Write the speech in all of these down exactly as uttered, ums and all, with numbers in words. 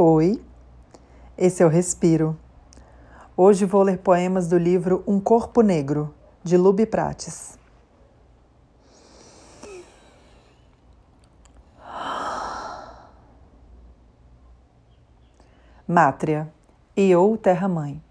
Oi, esse é o Respiro. Hoje vou ler poemas do livro Um Corpo Negro, de Luby Prates. Mátria, Iô Terra-mãe.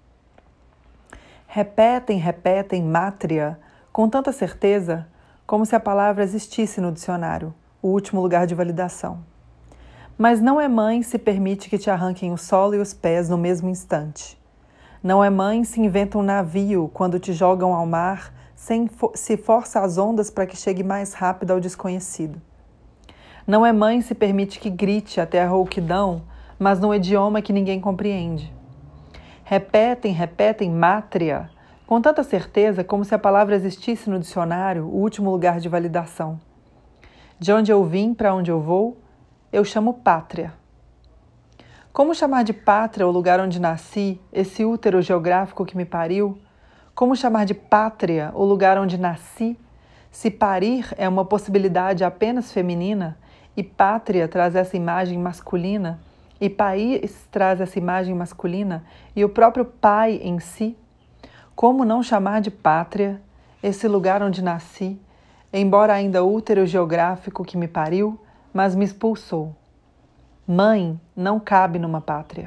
Repetem, repetem Mátria com tanta certeza como se a palavra existisse no dicionário, o último lugar de validação. Mas não é mãe se permite que te arranquem o solo e os pés no mesmo instante. Não é mãe se inventa um navio quando te jogam ao mar sem fo- se força as ondas para que chegue mais rápido ao desconhecido. Não é mãe se permite que grite até a rouquidão, mas num idioma que ninguém compreende. Repetem, repetem Mátria com tanta certeza como se a palavra existisse no dicionário, o último lugar de validação. De onde eu vim para onde eu vou, eu chamo pátria. Como chamar de pátria o lugar onde nasci, esse útero geográfico que me pariu? Como chamar de pátria o lugar onde nasci, se parir é uma possibilidade apenas feminina e pátria traz essa imagem masculina, e país traz essa imagem masculina e o próprio pai em si? Como não chamar de pátria esse lugar onde nasci, embora ainda útero geográfico que me pariu, mas me expulsou? Mãe não cabe numa pátria.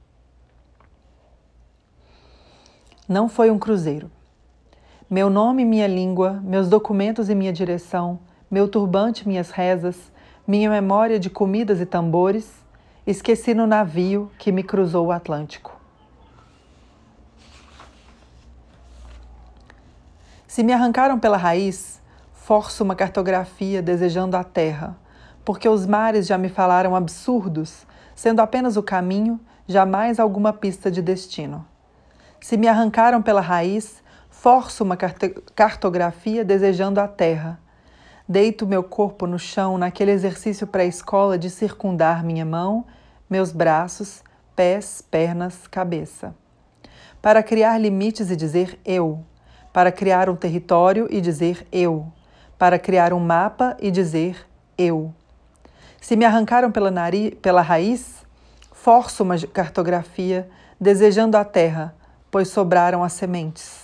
Não foi um cruzeiro. Meu nome e minha língua, meus documentos e minha direção, meu turbante e minhas rezas, minha memória de comidas e tambores, esqueci no navio que me cruzou o Atlântico. Se me arrancaram pela raiz, forço uma cartografia desejando a terra, porque os mares já me falaram absurdos, sendo apenas o caminho, jamais alguma pista de destino. Se me arrancaram pela raiz, forço uma cartografia desejando a terra. Deito meu corpo no chão naquele exercício pré-escola de circundar minha mão, meus braços, pés, pernas, cabeça. Para criar limites e dizer eu. Para criar um território e dizer eu. Para criar um mapa e dizer eu. Se me arrancaram pela, nariz, pela raiz, forço uma cartografia desejando a terra, pois sobraram as sementes.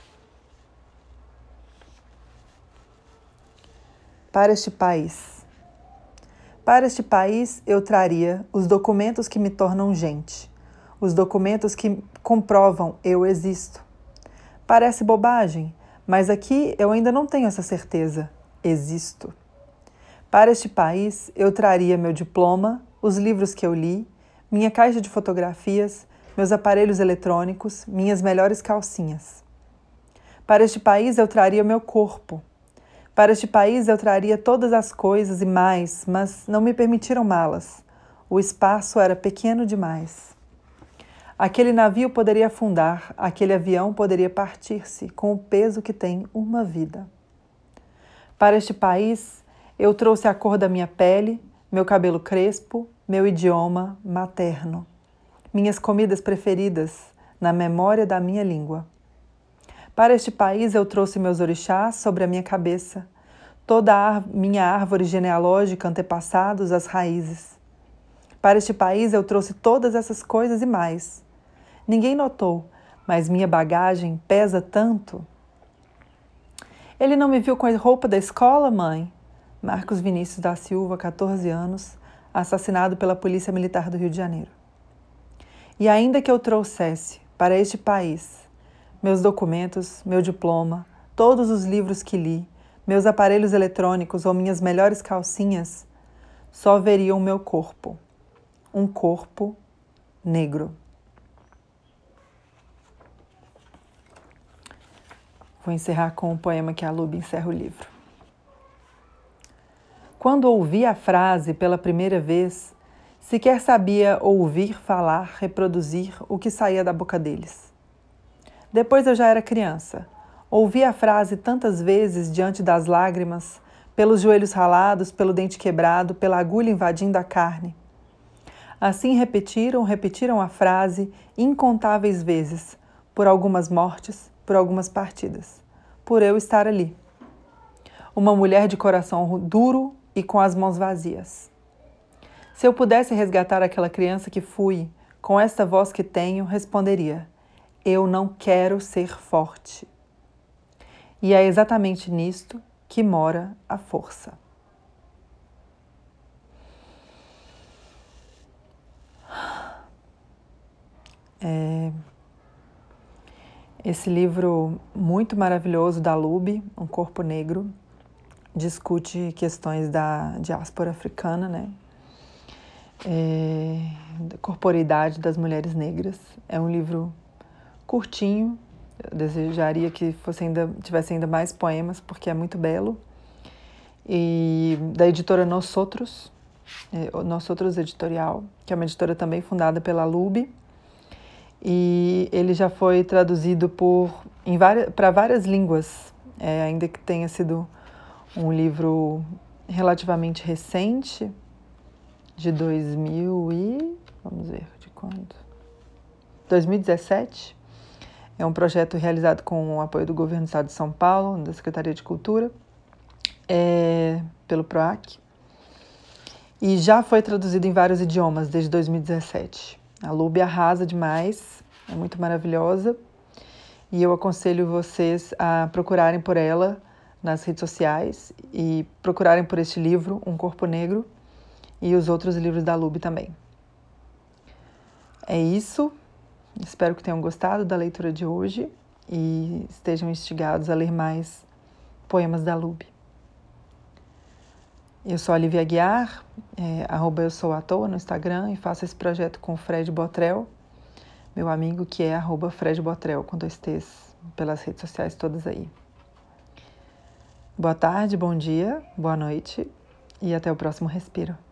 Para este país. Para este país eu traria os documentos que me tornam gente, os documentos que comprovam eu existo. Parece bobagem, mas aqui eu ainda não tenho essa certeza. Existo. Para este país eu traria meu diploma, os livros que eu li, minha caixa de fotografias, meus aparelhos eletrônicos, minhas melhores calcinhas. Para este país eu traria o meu corpo. Para este país eu traria todas as coisas e mais, mas não me permitiram malas. O espaço era pequeno demais. Aquele navio poderia afundar, aquele avião poderia partir-se com o peso que tem uma vida. Para este país eu trouxe a cor da minha pele, meu cabelo crespo, meu idioma materno. Minhas comidas preferidas, na memória da minha língua. Para este país eu trouxe meus orixás sobre a minha cabeça, toda a minha árvore genealógica, antepassados, as raízes. Para este país eu trouxe todas essas coisas e mais. Ninguém notou, mas minha bagagem pesa tanto. Ele não me viu com a roupa da escola, mãe? Marcos Vinícius da Silva, catorze anos, assassinado pela Polícia Militar do Rio de Janeiro. E ainda que eu trouxesse para este país meus documentos, meu diploma, todos os livros que li, meus aparelhos eletrônicos ou minhas melhores calcinhas, só veriam o meu corpo. Um corpo negro. Vou encerrar com um poema que a Luby encerra o livro. Quando ouvi a frase pela primeira vez, sequer sabia ouvir, falar, reproduzir o que saía da boca deles. Depois eu já era criança. Ouvi a frase tantas vezes diante das lágrimas, pelos joelhos ralados, pelo dente quebrado, pela agulha invadindo a carne. Assim repetiram, repetiram a frase incontáveis vezes, por algumas mortes, por algumas partidas, por eu estar ali. Uma mulher de coração duro e com as mãos vazias. Se eu pudesse resgatar aquela criança que fui, com esta voz que tenho, responderia: eu não quero ser forte. E é exatamente nisto que mora a força. É... Esse livro muito maravilhoso da Lube, Um Corpo Negro, discute questões da diáspora africana, né? É... da corporeidade das mulheres negras. É um livro curtinho, eu desejaria que fosse ainda, tivesse ainda mais poemas, porque é muito belo. E da editora Nós Outros, Nós Outros Editorial, que é uma editora também fundada pela Lube. E ele já foi traduzido por, em várias, para várias línguas, é, ainda que tenha sido um livro relativamente recente, de dois mil e... vamos ver, de quando? dois mil e dezessete. É um projeto realizado com o apoio do Governo do Estado de São Paulo, da Secretaria de Cultura, é, pelo PROAC. E já foi traduzido em vários idiomas desde dois mil e dezessete. A Lube arrasa demais, é muito maravilhosa. E eu aconselho vocês a procurarem por ela nas redes sociais e procurarem por este livro, Um Corpo Negro, e os outros livros da Lube também. É isso. Espero que tenham gostado da leitura de hoje e estejam instigados a ler mais poemas da Lube. Eu sou a Lívia Aguiar, é, arroba eu sou à toa no Instagram, e faço esse projeto com o Fred Botrel, meu amigo, que é arroba Fred Botrel, com dois T's, pelas redes sociais todas aí. Boa tarde, bom dia, boa noite e até o próximo Respiro.